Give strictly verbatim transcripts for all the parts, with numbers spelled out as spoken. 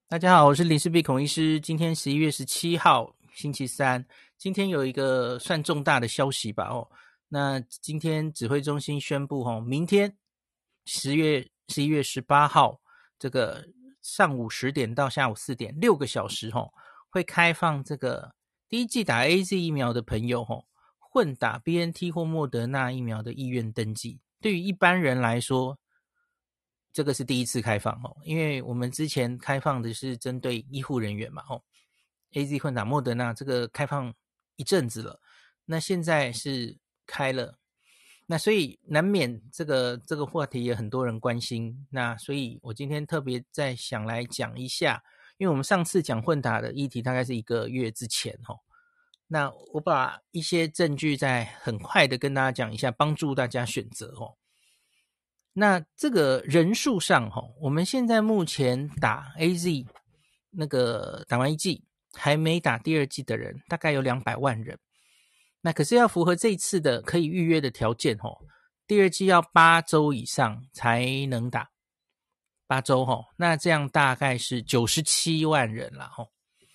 大家好，我是林氏璧孔医师。今天十一月十七号，星期三。今天有一个算重大的消息吧哦。那今天指挥中心宣布哦，明天十月十一月十八号，这个上午十点到下午四点，六个小时哦，会开放这个第一剂打 A Z 疫苗的朋友哦，混打 B N T 或莫德纳疫苗的意愿登记。对于一般人来说，这个是第一次开放哦，因为我们之前开放的是针对医护人员嘛哦 ，A Z 混打莫德纳这个开放一阵子了，那现在是开了，那所以难免这个这个话题也很多人关心，那所以我今天特别再想来讲一下，因为我们上次讲混打的议题大概是一个月之前哦，那我把一些证据再很快的跟大家讲一下，帮助大家选择哦。那这个人数上齁，我们现在目前打 A Z 那个打完一剂还没打第二剂的人大概有两百万人，那可是要符合这一次的可以预约的条件齁，第二剂要八周以上才能打，八周齁，那这样大概是九十七万人啦齁。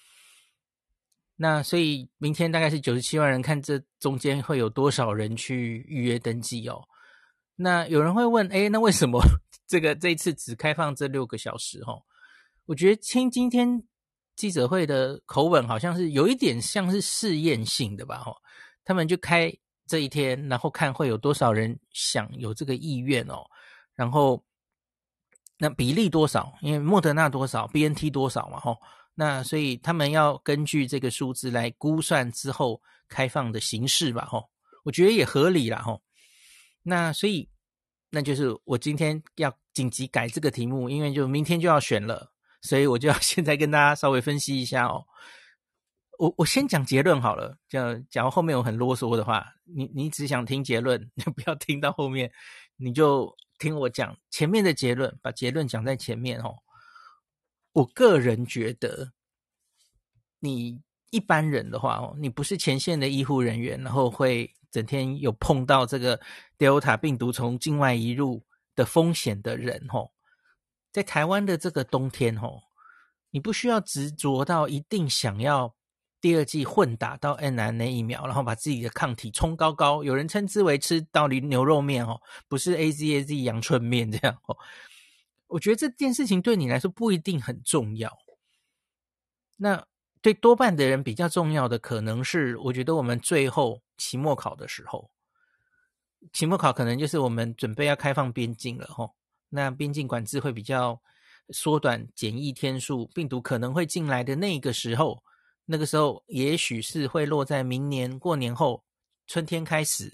那所以明天大概是九十七万人，看这中间会有多少人去预约登记哦。那有人会问，诶，那为什么这个这一次只开放这六个小时齁？我觉得听今天记者会的口吻好像是有一点像是试验性的吧齁，他们就开这一天，然后看会有多少人想有这个意愿哦，然后那比例多少，因为莫德纳多少 B N T 多少嘛齁，那所以他们要根据这个数字来估算之后开放的形式吧齁，我觉得也合理啦齁。那所以那就是我今天要紧急改这个题目，因为就明天就要选了，所以我就要现在跟大家稍微分析一下哦。我我先讲结论好了，这样假如后面有很啰嗦的话，你你只想听结论，你不要听到后面，你就听我讲前面的结论，把结论讲在前面哦。我个人觉得，你一般人的话哦，你不是前线的医护人员，然后会整天有碰到这个 Delta 病毒从境外移入的风险的人齁，在台湾的这个冬天齁，你不需要执着到一定想要第二剂混打到 M R N A 疫苗，然后把自己的抗体冲高高，有人称之为吃到牛肉面齁，不是 A Z A Z 阳春面这样齁。我觉得这件事情对你来说不一定很重要。那对多半的人比较重要的可能是，我觉得我们最后期末考的时候，期末考可能就是我们准备要开放边境了齁，那边境管制会比较缩短检疫天数，病毒可能会进来的那个时候，那个时候也许是会落在明年过年后春天开始。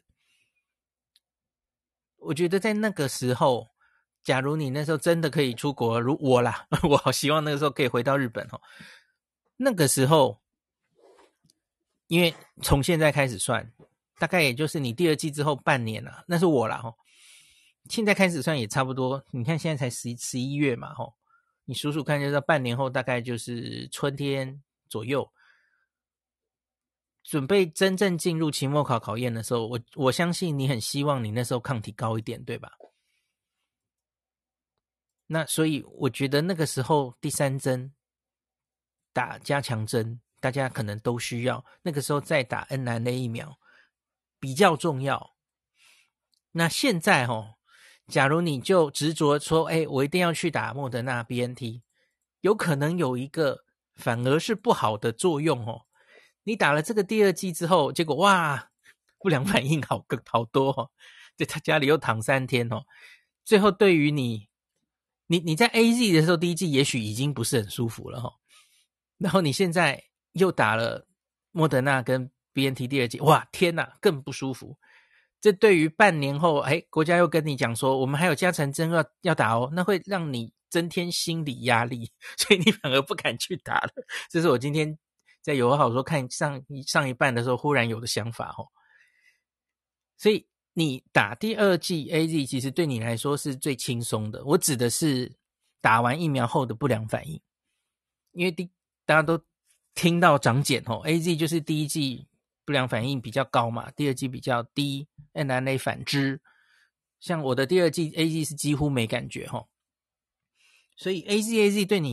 我觉得在那个时候，假如你那时候真的可以出国，如我啦，我好希望那个时候可以回到日本齁，那个时候因为从现在开始算，大概也就是你第二季之后半年啦，那是我啦齁。现在开始算也差不多，你看现在才十十一月嘛齁，你数数看就知道半年后大概就是春天左右，准备真正进入期末考考验的时候，我我相信你很希望你那时候抗体高一点，对吧？那所以我觉得那个时候第三针打加强针，大家可能都需要，那个时候再打 N R N A 疫苗比较重要。那现在齁，假如你就执着说，诶，我一定要去打莫德纳 B N T， 有可能有一个反而是不好的作用哦。你打了这个第二剂之后，结果哇，不良反应好好多哦，在他家里又躺三天哦。最后对于你，你你在 A Z 的时候，第一剂也许已经不是很舒服了哈、哦，然后你现在又打了莫德纳跟 B N T 第二剂，哇，天哪，更不舒服。这对于半年后，哎，国家又跟你讲说，我们还有加强针要要打哦，那会让你增添心理压力，所以你反而不敢去打了。这是我今天在友好说看上上一半的时候忽然有的想法哦。所以你打第二剂 A Z 其实对你来说是最轻松的，我指的是打完疫苗后的不良反应，因为第大家都听到长茧哦 ，A Z 就是第一剂不良反应比较高嘛，第二剂比较低 ，M R N A 反之。像我的第二剂 A Z 是几乎没感觉齁，所以 A Z A Z 对你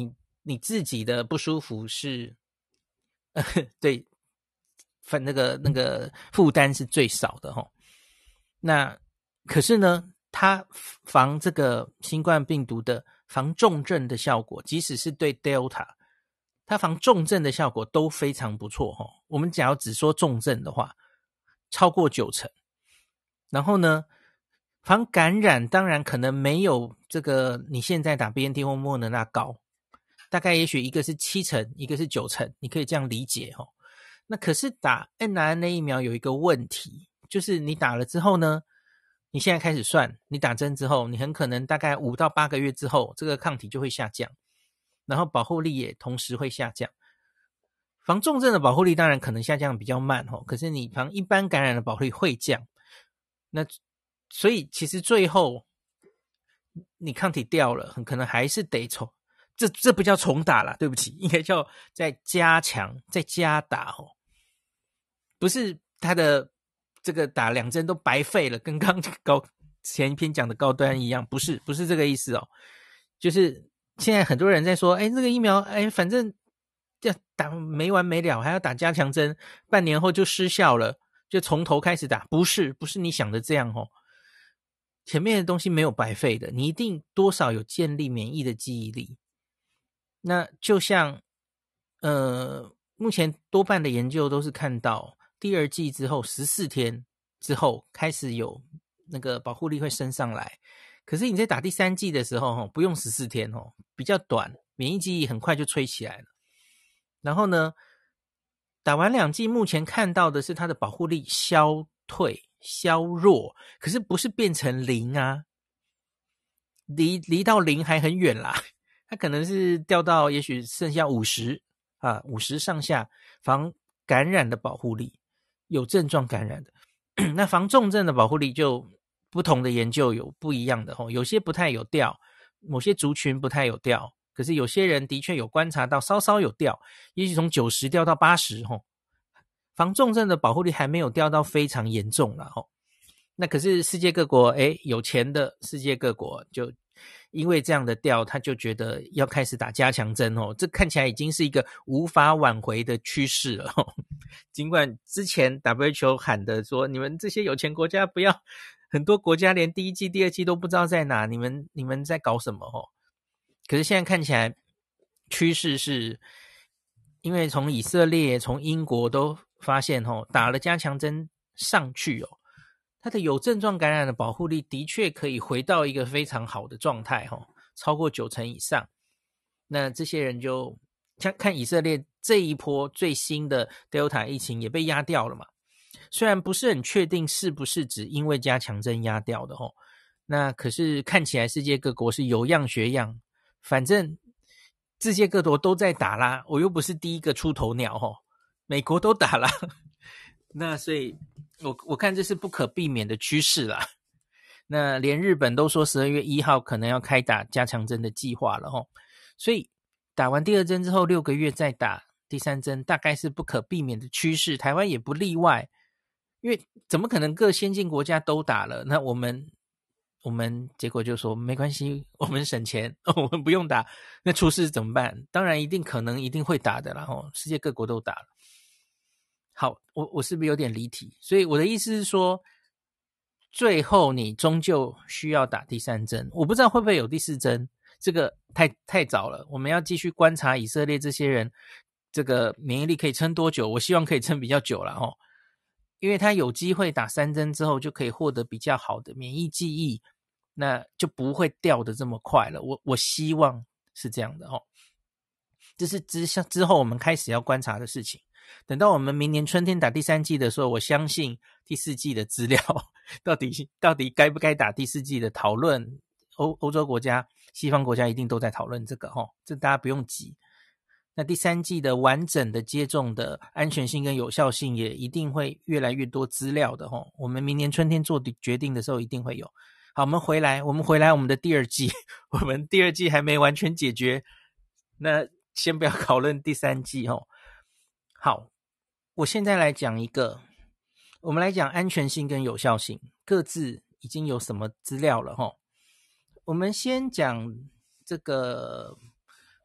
你自己的不舒服是，呃、对，反那个那个负担是最少的齁。那可是呢，它防这个新冠病毒的防重症的效果，即使是对 Delta， 它防重症的效果都非常不错齁。我们假如只说重症的话，超过九成。然后呢，防感染当然可能没有这个你现在打 B N T 或莫德纳高，大概也许一个是七成，一个是九成，你可以这样理解齁。那可是打 M R N A 疫苗有一个问题，就是你打了之后呢，你现在开始算，你打针之后，你很可能大概五到八个月之后，这个抗体就会下降，然后保护力也同时会下降。防重症的保护力当然可能下降比较慢齁，可是你防一般感染的保护力会降。那所以其实最后你抗体掉了，很可能还是得重，这这不叫重打啦，对不起，应该叫再加强再加打齁。不是他的这个打两针都白费了，跟刚高前一篇讲的高端一样，不是不是这个意思哦。就是现在很多人在说，哎，这个疫苗，哎，反正要打没完没了，还要打加强针，半年后就失效了，就从头开始打，不是不是你想的这样哦。前面的东西没有白费的，你一定多少有建立免疫的记忆力。那就像呃，目前多半的研究都是看到第二剂之后十四天之后开始有那个保护力会升上来，可是你在打第三剂的时候不用十四天，比较短，免疫记忆很快就吹起来了。然后呢，打完两剂目前看到的是它的保护力消退消弱，可是不是变成零啊，离离到零还很远啦，它可能是掉到也许剩下五十啊，五十上下防感染的保护力，有症状感染的。那防重症的保护力就不同的研究有不一样的齁，有些不太有掉，某些族群不太有掉，可是有些人的确有观察到稍稍有掉，也许从九十掉到八十齁。防重症的保护力还没有掉到非常严重啦齁。那可是世界各国诶有钱的世界各国就因为这样的调，他就觉得要开始打加强针哦，这看起来已经是一个无法挽回的趋势了哦。尽管之前 W H O 喊的说，你们这些有钱国家不要，很多国家连第一剂、第二剂都不知道在哪，你们你们在搞什么哦？可是现在看起来趋势是，因为从以色列、从英国都发现哦，打了加强针上去哦。它的有症状感染的保护力的确可以回到一个非常好的状态，超过九成以上。那这些人就看看以色列这一波最新的 Delta 疫情也被压掉了嘛，虽然不是很确定是不是只因为加强针压掉的齁，那可是看起来世界各国是有样学样，反正世界各国都在打啦，我又不是第一个出头鸟齁，美国都打啦。那所以我我看这是不可避免的趋势啦。那连日本都说十二月一号可能要开打加强针的计划了齁，所以打完第二针之后六个月再打第三针大概是不可避免的趋势，台湾也不例外。因为怎么可能各先进国家都打了，那我们我们结果就说没关系，我们省钱，我们不用打，那出事怎么办？当然一定可能一定会打的啦齁，世界各国都打了。好，我我是不是有点离题？所以我的意思是说，最后你终究需要打第三针，我不知道会不会有第四针，这个太太早了，我们要继续观察以色列这些人这个免疫力可以撑多久，我希望可以撑比较久啦齁，因为他有机会打三针之后就可以获得比较好的免疫记忆，那就不会掉的这么快了，我我希望是这样的齁，这是之之后我们开始要观察的事情。等到我们明年春天打第三剂的时候，我相信第四剂的资料到底到底该不该打第四剂的讨论，欧欧洲国家、西方国家一定都在讨论这个齁，这大家不用急。那第三剂的完整的接种的安全性跟有效性也一定会越来越多资料的齁，我们明年春天做决定的时候一定会有。好，我们回来，我们回来我们的第二剂，我们第二剂还没完全解决，那先不要讨论第三剂齁。好，我现在来讲一个，我们来讲安全性跟有效性，各自已经有什么资料了齁。我们先讲这个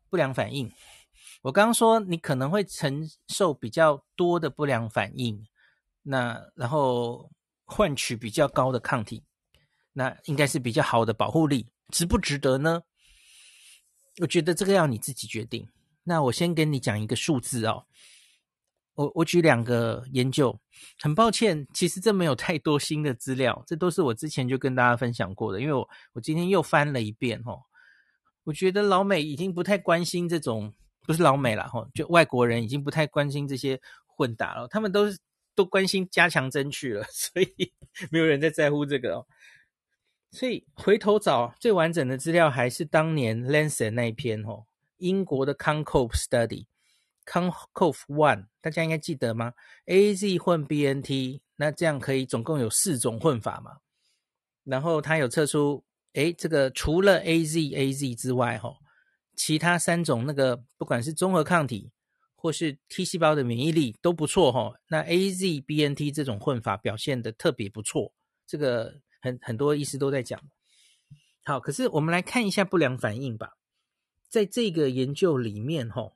不良反应。我刚刚说你可能会承受比较多的不良反应，那然后换取比较高的抗体，那应该是比较好的保护力，值不值得呢？我觉得这个要你自己决定。那我先跟你讲一个数字哦，我我举两个研究，很抱歉，其实这没有太多新的资料，这都是我之前就跟大家分享过的，因为我我今天又翻了一遍哦，我觉得老美已经不太关心这种，不是老美啦齁，就外国人已经不太关心这些混打了，他们都都关心加强针去了，所以没有人在在乎这个哦。所以回头找最完整的资料还是当年 Lancet 那一篇齁，英国的 Concove Study。Concove One 大家应该记得吗？ A Z 混 B N T， 那这样可以总共有四种混法嘛，然后它有测出诶这个除了 A Z A Z 之外齁，其他三种那个不管是综合抗体或是 T 细胞的免疫力都不错齁，那 A Z B N T 这种混法表现得特别不错，这个很很多医师都在讲。好，可是我们来看一下不良反应吧。在这个研究里面齁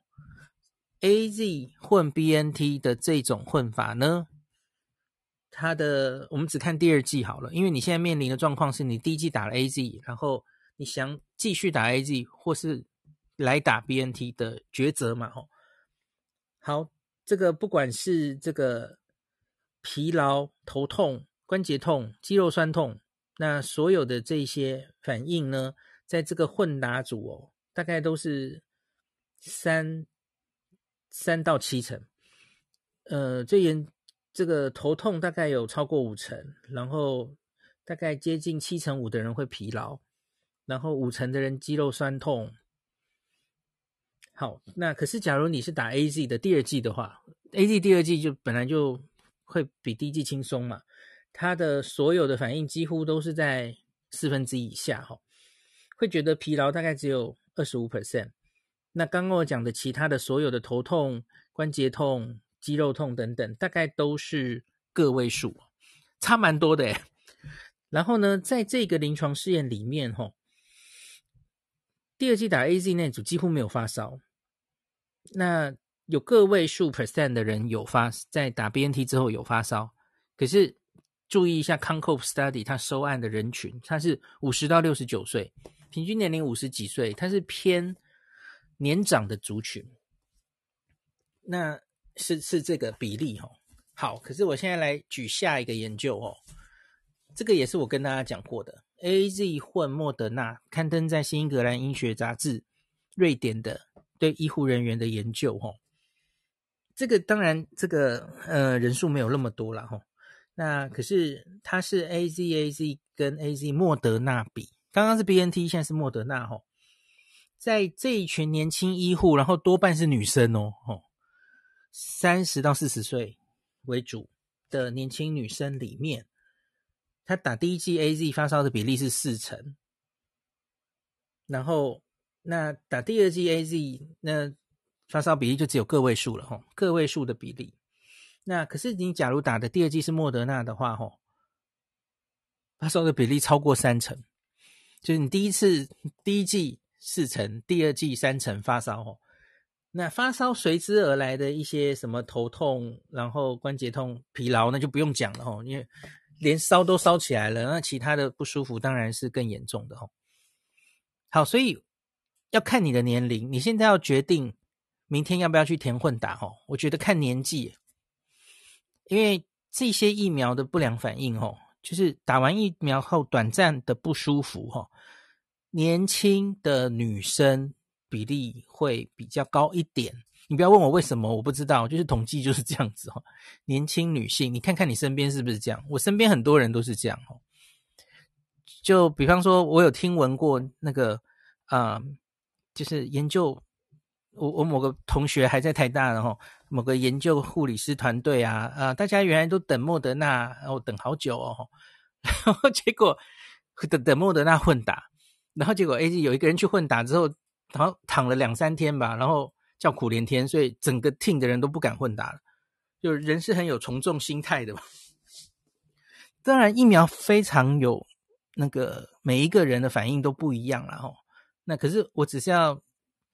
A Z 混 B N T 的这种混法呢，它的我们只看第二剂好了，因为你现在面临的状况是你第一剂打了 A Z， 然后你想继续打 A Z 或是来打 B N T 的抉择嘛。好，这个不管是这个疲劳、头痛、关节痛、肌肉酸痛，那所有的这些反应呢，在这个混打组哦，大概都是三三到七成。呃，最严这个头痛大概有超过五成，然后大概接近七成五的人会疲劳，然后五成的人肌肉酸痛。好，那可是假如你是打 A Z 的第二剂的话 ，A Z 第二剂就本来就会比第一剂轻松嘛，它的所有的反应几乎都是在四分之一以下齁，会觉得疲劳大概只有 百分之二十五。那刚刚我讲的其他的所有的头痛、关节痛、肌肉痛等等，大概都是个位数，差蛮多的耶。然后呢，在这个临床试验里面齁，第二剂打 A Z 那组几乎没有发烧，那有个位数 percent 的人有发，在打 B N T 之后有发烧，可是注意一下 Concove Study 它收案的人群，它是五十到六十九岁，平均年龄五十几岁，它是偏年长的族群，那是是这个比例齁。好，可是我现在来举下一个研究齁，这个也是我跟大家讲过的 A Z 混莫德纳，刊登在新英格兰医学杂志，瑞典的对医护人员的研究齁。这个当然这个呃人数没有那么多啦齁，那可是它是 A Z A Z 跟 A Z 莫德纳比，刚刚是 B N T， 现在是莫德纳齁。在这一群年轻医护，然后多半是女生哦齁，三十到四十岁为主的年轻女生里面，她打第一剂 A Z 发烧的比例是四成，然后那打第二剂 A Z 那发烧比例就只有个位数了齁，个位数的比例。那可是你假如打的第二剂是莫德纳的话齁，发烧的比例超过三成，就是你第一次第一剂四成，第二剂三成发烧齁。那发烧随之而来的一些什么头痛，然后关节痛、疲劳，那就不用讲了齁，因为连烧都烧起来了，那其他的不舒服当然是更严重的齁。好，所以要看你的年龄，你现在要决定明天要不要去填混打齁，我觉得看年纪，因为这些疫苗的不良反应齁，就是打完疫苗后短暂的不舒服齁，年轻的女生比例会比较高一点。你不要问我为什么，我不知道，就是统计就是这样子齁。年轻女性，你看看你身边是不是这样？我身边很多人都是这样齁。就比方说我有听闻过那个呃就是研究我我某个同学还在台大的齁，某个研究护理师团队啊啊、呃，大家原来都等莫德纳，然后等好久哦，然后结果等等莫德纳混打，然后结果 A Z 有一个人去混打之后，然后躺了两三天吧，然后叫苦连天，所以整个 team 的人都不敢混打了，就人是很有从众心态的嘛。当然疫苗非常有那个每一个人的反应都不一样啦齁，那可是我只是要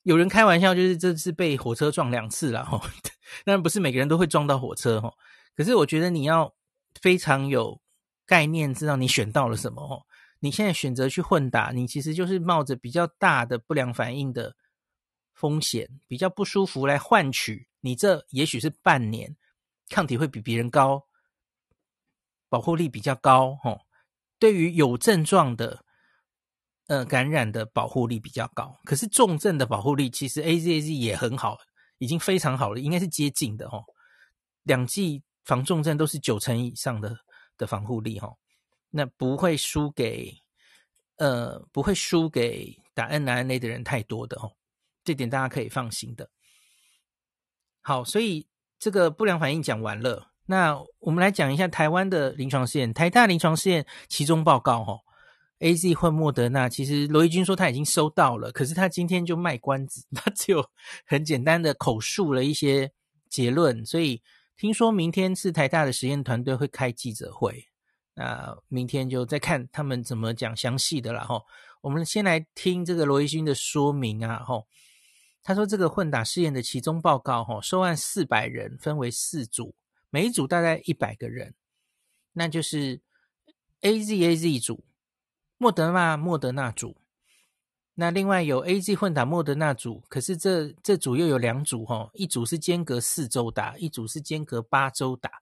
有人开玩笑，就是这次被火车撞两次啦齁，当然不是每个人都会撞到火车齁，可是我觉得你要非常有概念，知道你选到了什么齁。你现在选择去混打，你其实就是冒着比较大的不良反应的风险，比较不舒服来换取你这也许是半年抗体会比别人高，保护力比较高齁。对于有症状的呃，感染的保护力比较高，可是重症的保护力其实 A Z A Z 也很好，已经非常好了，应该是接近的齁。两剂防重症都是九成以上的的防护力齁，那不会输给呃不会输给打 N R N A 的人太多的齁，这点大家可以放心的。好，所以这个不良反应讲完了，那我们来讲一下台湾的临床试验，台大临床试验期中报告齁。A Z 混莫德纳，其实罗怡君说他已经收到了，可是他今天就卖关子，他只有很简单的口述了一些结论，所以听说明天是台大的实验团队会开记者会，那明天就再看他们怎么讲详细的啦齁。我们先来听这个罗怡君的说明啊齁。他说这个混打试验的期中报告齁，收案四百人，分为四组，每一组大概一百个人，那就是 A Z A Z 组。莫德纳莫德纳组，那另外有 A Z 混打莫德纳组，可是这这组又有两组齁，一组是间隔四周打，一组是间隔八周打。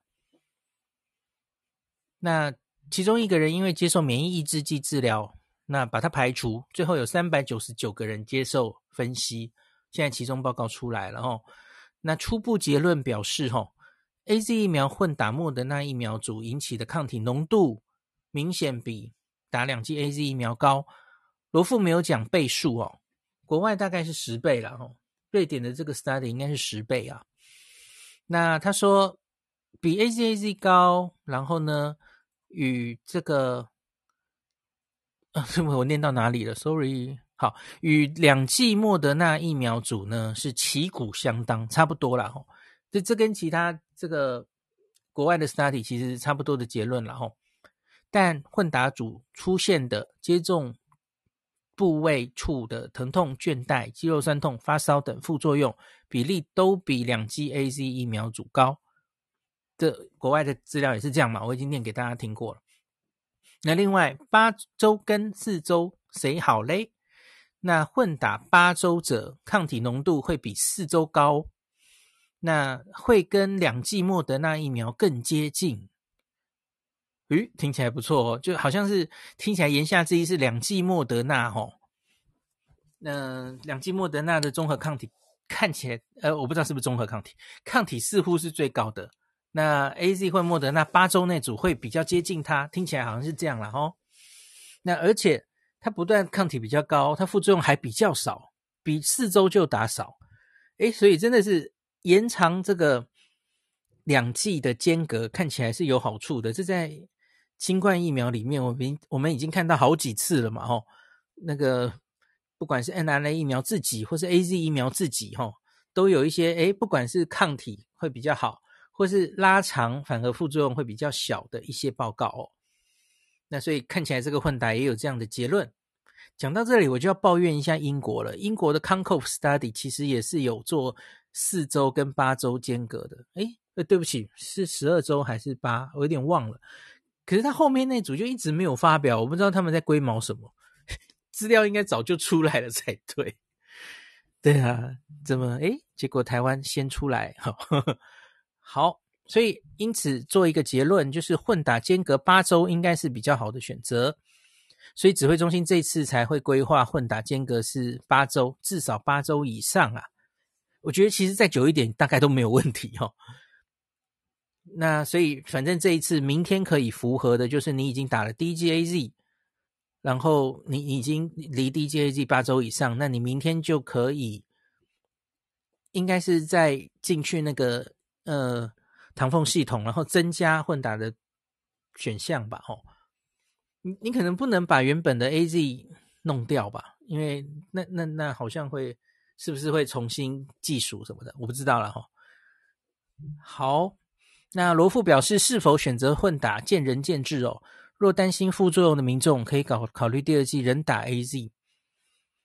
那其中一个人因为接受免疫抑制剂治疗，那把它排除，最后有三百九十九个人接受分析，现在期中报告出来了齁。那初步结论表示齁 A Z 疫苗混打莫德纳疫苗组引起的抗体浓度明显比打两剂 A Z 疫苗高，罗富没有讲倍数哦，国外大概是十倍啦齁，瑞典的这个 study 应该是十倍啊。那他说比 A Z A Z 高，然后呢与这个啊，我念到哪里了 ？Sorry， 好，与两剂莫德纳疫苗组呢是旗鼓相当，差不多啦齁。这这跟其他这个国外的 study 其实差不多的结论啦齁。但混打组出现的接种部位处的疼痛、倦怠、肌肉酸痛、发烧等副作用比例都比两剂 A Z 疫苗组高。这国外的资料也是这样嘛，我已经念给大家听过了。那另外八周跟四周谁好嘞？那混打八周者抗体浓度会比四周高，那会跟两剂莫德纳疫苗更接近。诶，听起来不错哦，就好像是听起来言下之意是两剂莫德纳齁。那两剂莫德纳的综合抗体看起来，呃，我不知道是不是综合抗体，抗体似乎是最高的。那 A Z 混莫德纳八周那组会比较接近它，听起来好像是这样啦齁。那而且它不但抗体比较高，它副作用还比较少，比四周就打少。诶，所以真的是延长这个两剂的间隔看起来是有好处的，这在新冠疫苗里面我们我们已经看到好几次了嘛齁。那个不管是 N R N A 疫苗自己或是 A Z 疫苗自己齁，都有一些诶不管是抗体会比较好，或是拉长反而副作用会比较小的一些报告哦。那所以看起来这个混打也有这样的结论。讲到这里我就要抱怨一下英国了，英国的 Concove Study 其实也是有做四周跟八周间隔的。诶呃，对不起，是十二周还是八，我有点忘了。可是他后面那组就一直没有发表，我不知道他们在龟毛什么，资料应该早就出来了才对。对啊，怎么诶结果台湾先出来好，所以因此做一个结论，就是混打间隔八周应该是比较好的选择，所以指挥中心这次才会规划混打间隔是八周，至少八周以上啊。我觉得其实再久一点大概都没有问题齁。那所以反正这一次明天可以符合的就是你已经打了第一剂 A Z， 然后你已经离第一剂 A Z 八周以上，那你明天就可以应该是再进去那个呃唐凤系统，然后增加混打的选项吧齁。你你可能不能把原本的 A Z 弄掉吧，因为那那那好像会是不是会重新计数什么的，我不知道啦齁。好，那罗富表示是否选择混打见仁见智哦，若担心副作用的民众可以考考虑第二剂仍打 A Z。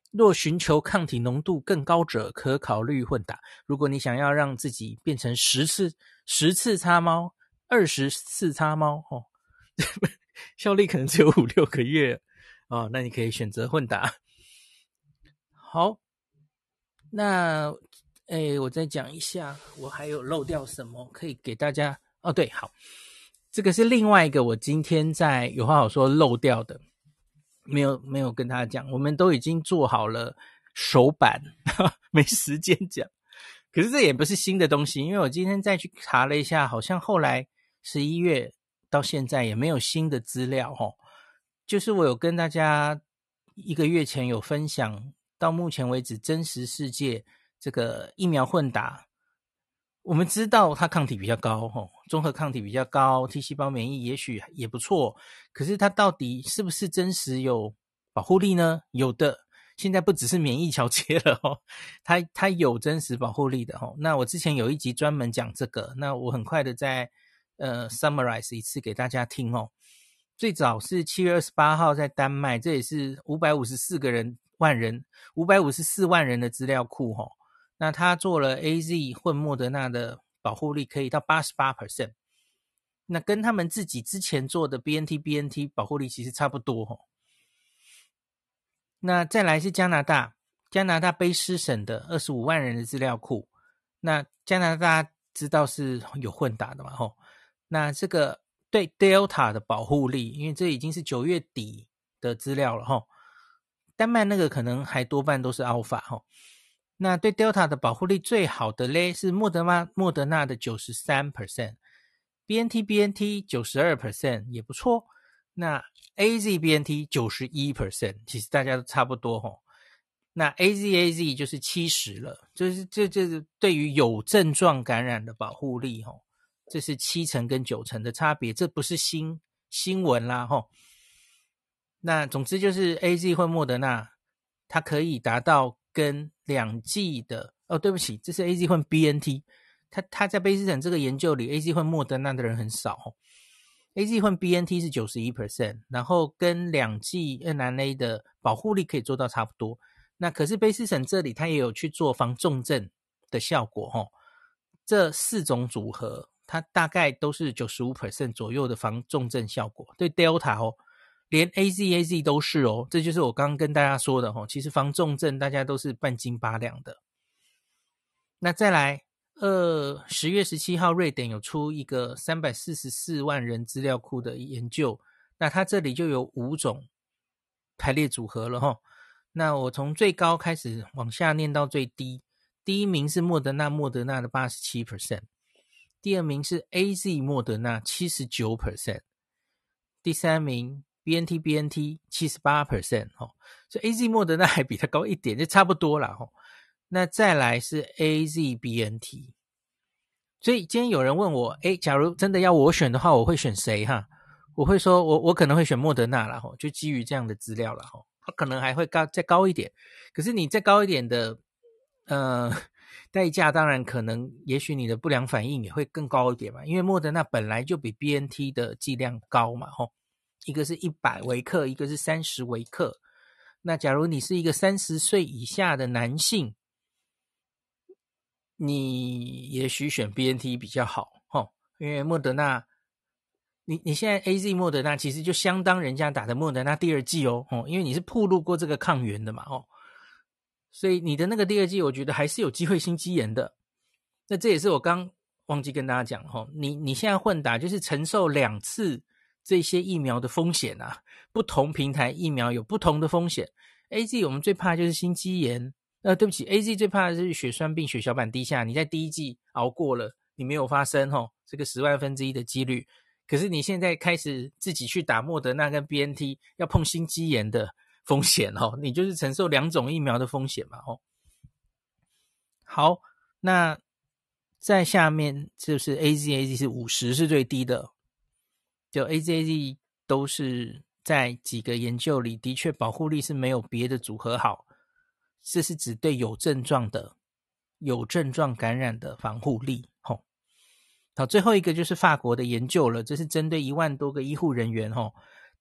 若寻求抗体浓度更高者，可考虑混打。如果你想要让自己变成十次十次擦猫、二十次擦猫哦，效力可能只有五六个月哦，那你可以选择混打。好，那诶，我再讲一下，我还有漏掉什么可以给大家？哦，对，好，这个是另外一个我今天在有话好说漏掉的。没有没有跟他讲，我们都已经做好了手板，没时间讲。可是这也不是新的东西，因为我今天再去查了一下，好像后来十一月到现在也没有新的资料齁。就是我有跟大家一个月前有分享，到目前为止真实世界这个疫苗混打，我们知道它抗体比较高齁，综合抗体比较高， T 细胞免疫也许也不错，可是它到底是不是真实有保护力呢？有的，现在不只是免疫桥接了齁，它它有真实保护力的齁。那我之前有一集专门讲这个，那我很快的再呃 summarize 一次给大家听齁。最早是七月二十八号在丹麦，这也是五百五十四个人万人五百五十四万人的资料库齁。那他做了 A Z 混莫德纳的保护力可以到 百分之八十八， 那跟他们自己之前做的 B N T B N T 保护力其实差不多齁。那再来是加拿大，加拿大卑诗省的二十五万人的资料库，那加拿大知道是有混打的嘛齁。那这个对 Delta 的保护力，因为这已经是九月底的资料了齁，丹麦那个可能还多半都是 Alpha 齁。那对 Delta 的保护力最好的嘞是莫德纳莫德纳的 百分之九十三， B N T B N T 百分之九十二 也不错。那 A Z B N T 百分之九十一， 其实大家都差不多齁。那 A Z A Z 就是七十了，就是这就是对于有症状感染的保护力齁，这是七成跟九成的差别，这不是新新闻啦齁。那总之就是 A Z 混莫德纳，它可以达到跟两剂的哦，对不起，这是 A Z 混 B N T， 他他在卑诗省这个研究里 A Z 混莫德纳的人很少齁。A Z 混 B N T 是 百分之九十一， 然后跟两剂 N R N A 的保护力可以做到差不多。那可是卑诗省这里他也有去做防重症的效果齁，这四种组合它大概都是 百分之九十五 左右的防重症效果。对 Delta 齁，连 A Z A Z 都是哦，这就是我刚刚跟大家说的齁，其实防重症大家都是半斤八两的。那再来呃，十月十七号瑞典有出一个三百四十四万人资料库的研究，那它这里就有五种排列组合了齁。那我从最高开始往下念到最低，第一名是莫德纳莫德纳的 百分之八十七， 第二名是 A Z 莫德纳 百分之七十九， 第三名 B N T B N T 百分之七十八、哦、所以 A Z 莫德纳还比它高一点，就差不多啦、哦、那再来是 A Z B N T。 所以今天有人问我，诶，假如真的要我选的话，我会选谁哈？我会说我我可能会选莫德纳啦、哦、就基于这样的资料啦、哦、它可能还会高再高一点，可是你再高一点的呃代价当然可能也许你的不良反应也会更高一点嘛，因为莫德纳本来就比 B N T 的剂量高嘛、哦、一个是一百微克，一个是三十微克。那假如你是一个三十岁以下的男性，你也许选 B N T 比较好、哦、因为莫德纳你你现在 A Z 莫德纳其实就相当人家打的莫德纳第二剂哦，哦因为你是暴露过这个抗原的嘛哦，所以你的那个第二剂我觉得还是有机会心肌炎的。那这也是我刚忘记跟大家讲哦，你你现在混打就是承受两次这些疫苗的风险啊，不同平台疫苗有不同的风险。A Z 我们最怕就是心肌炎，呃，对不起 ，A Z 最怕的是血栓病、血小板低下。你在第一剂熬过了，你没有发生哦，这个十万分之一的几率。可是你现在开始自己去打莫德纳跟 B N T， 要碰心肌炎的风险哦，你就是承受两种疫苗的风险嘛哦。好，那在下面就是 A Z A Z 是五十是最低的，就 A Z A Z 都是在几个研究里的确保护力是没有别的组合好，这是指对有症状的有症状感染的防护力、哦、好，最后一个就是法国的研究了，这是针对一万多个医护人员、哦、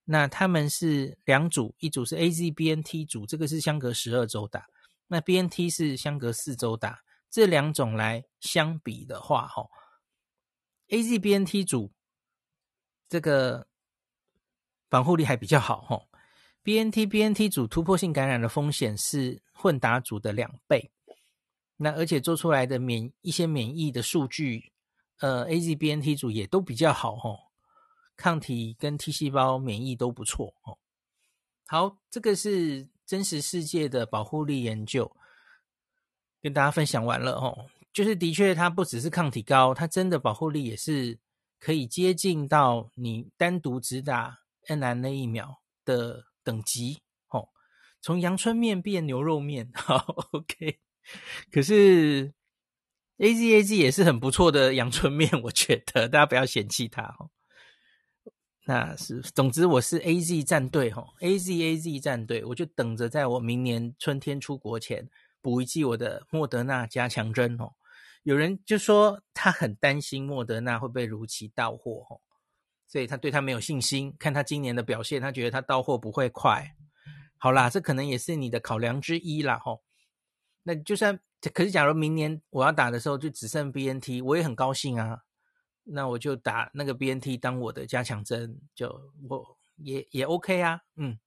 那他们是两组，一组是 A Z B N T 组，这个是相隔十二周打，那 B N T 是相隔四周打，这两种来相比的话，齁 A Z B N T 组这个防护力还比较好，齁 B N T B N T 组突破性感染的风险是混打组的两倍，那而且做出来的免一些免疫的数据，呃 A Z B N T 组也都比较好，齁抗体跟 T 细胞免疫都不错，齁好，这个是真实世界的保护力研究，跟大家分享完了齁，就是的确它不只是抗体高，它真的保护力也是可以接近到你单独只打 N R N A 疫苗的等级，齁从阳春面变牛肉面，好 OK， 可是 A Z A Z 也是很不错的阳春面，我觉得大家不要嫌弃它齁。那是，总之我是 A Z 战队齁 ，A Z A Z 战队，我就等着在我明年春天出国前补一剂我的莫德纳加强针齁。有人就说他很担心莫德纳会被如期到货齁，所以他对他没有信心，看他今年的表现，他觉得他到货不会快。好啦，这可能也是你的考量之一啦齁。那就算，可是假如明年我要打的时候就只剩 B N T， 我也很高兴啊。那我就打那个 B N T 当我的加强针，就我也也 OK 啊，嗯。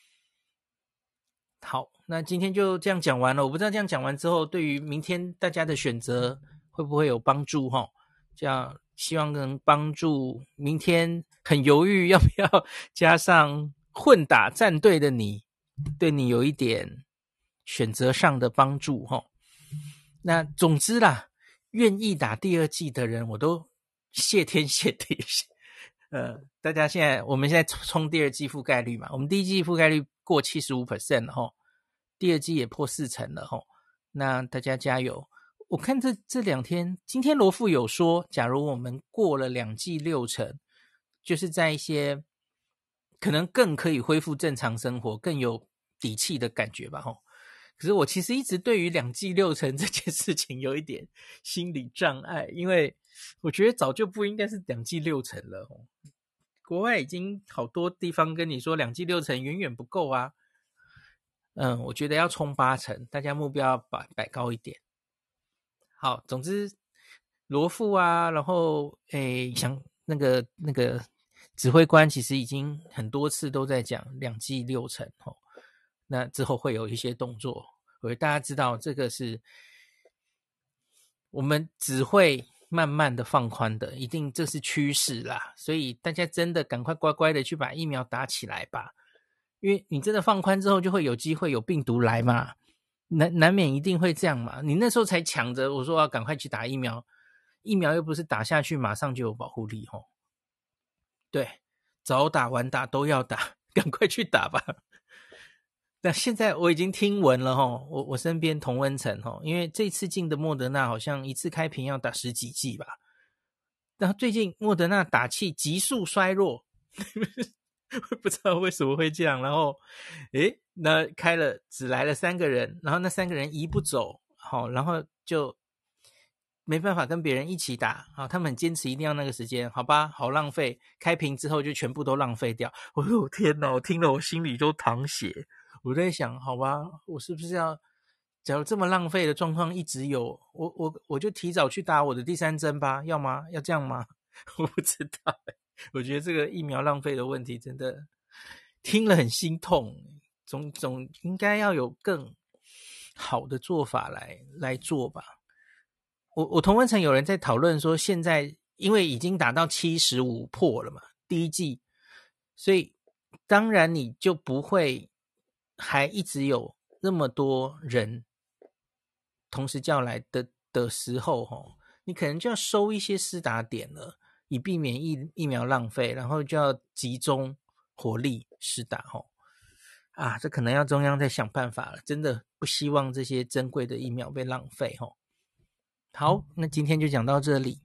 好，那今天就这样讲完了。我不知道这样讲完之后，对于明天大家的选择会不会有帮助齁？这样希望能帮助明天很犹豫要不要加上混打战队的你，对你有一点选择上的帮助齁。那总之啦，愿意打第二剂的人，我都谢天谢地，呃，大家现在我们现在冲第二剂覆盖率嘛，我们第一剂覆盖率过 百分之七十五 了齁，第二剂也破四成了齁，那大家加油。我看这这两天，今天罗富有说，假如我们过了两剂六成，就是在一些可能更可以恢复正常生活，更有底气的感觉吧齁。可是我其实一直对于两剂六成这件事情有一点心理障碍，因为我觉得早就不应该是两剂六成了齁。国外已经好多地方跟你说两剂六成远远不够啊。嗯，我觉得要冲八成，大家目标要摆摆高一点。好，总之罗富啊，然后诶，想那个那个指挥官其实已经很多次都在讲两剂六成齁。那之后会有一些动作，我大家知道这个是我们只会慢慢的放宽的，一定这是趋势啦，所以大家真的赶快乖乖的去把疫苗打起来吧，因为你真的放宽之后就会有机会有病毒来嘛，难难免一定会这样嘛，你那时候才抢着我说要赶快去打疫苗，疫苗又不是打下去马上就有保护力齁，对，早打晚打都要打，赶快去打吧。那现在我已经听闻了齁，我我身边同温层齁，因为这次进的莫德纳好像一次开瓶要打十几剂吧，然后最近莫德纳打气急速衰弱，不知道为什么会这样，然后诶，那开了只来了三个人，然后那三个人移不走，好，然后就没办法跟别人一起打，好，他们很坚持一定要那个时间，好吧，好浪费，开瓶之后就全部都浪费掉，我说天哪，我听了我心里都淌血。我在想，好吧，我是不是要，假如这么浪费的状况一直有，我我我就提早去打我的第三针吧，要吗？要这样吗？我不知道，我觉得这个疫苗浪费的问题真的听了很心痛，总总应该要有更好的做法来来做吧。我我同温层有人在讨论说，现在因为已经打到七十五破了嘛，第一剂，所以当然你就不会还一直有那么多人同时叫来的的时候齁，你可能就要收一些施打点了，以避免疫疫苗浪费，然后就要集中火力施打齁。啊，这可能要中央再想办法了，真的不希望这些珍贵的疫苗被浪费齁。好，那今天就讲到这里。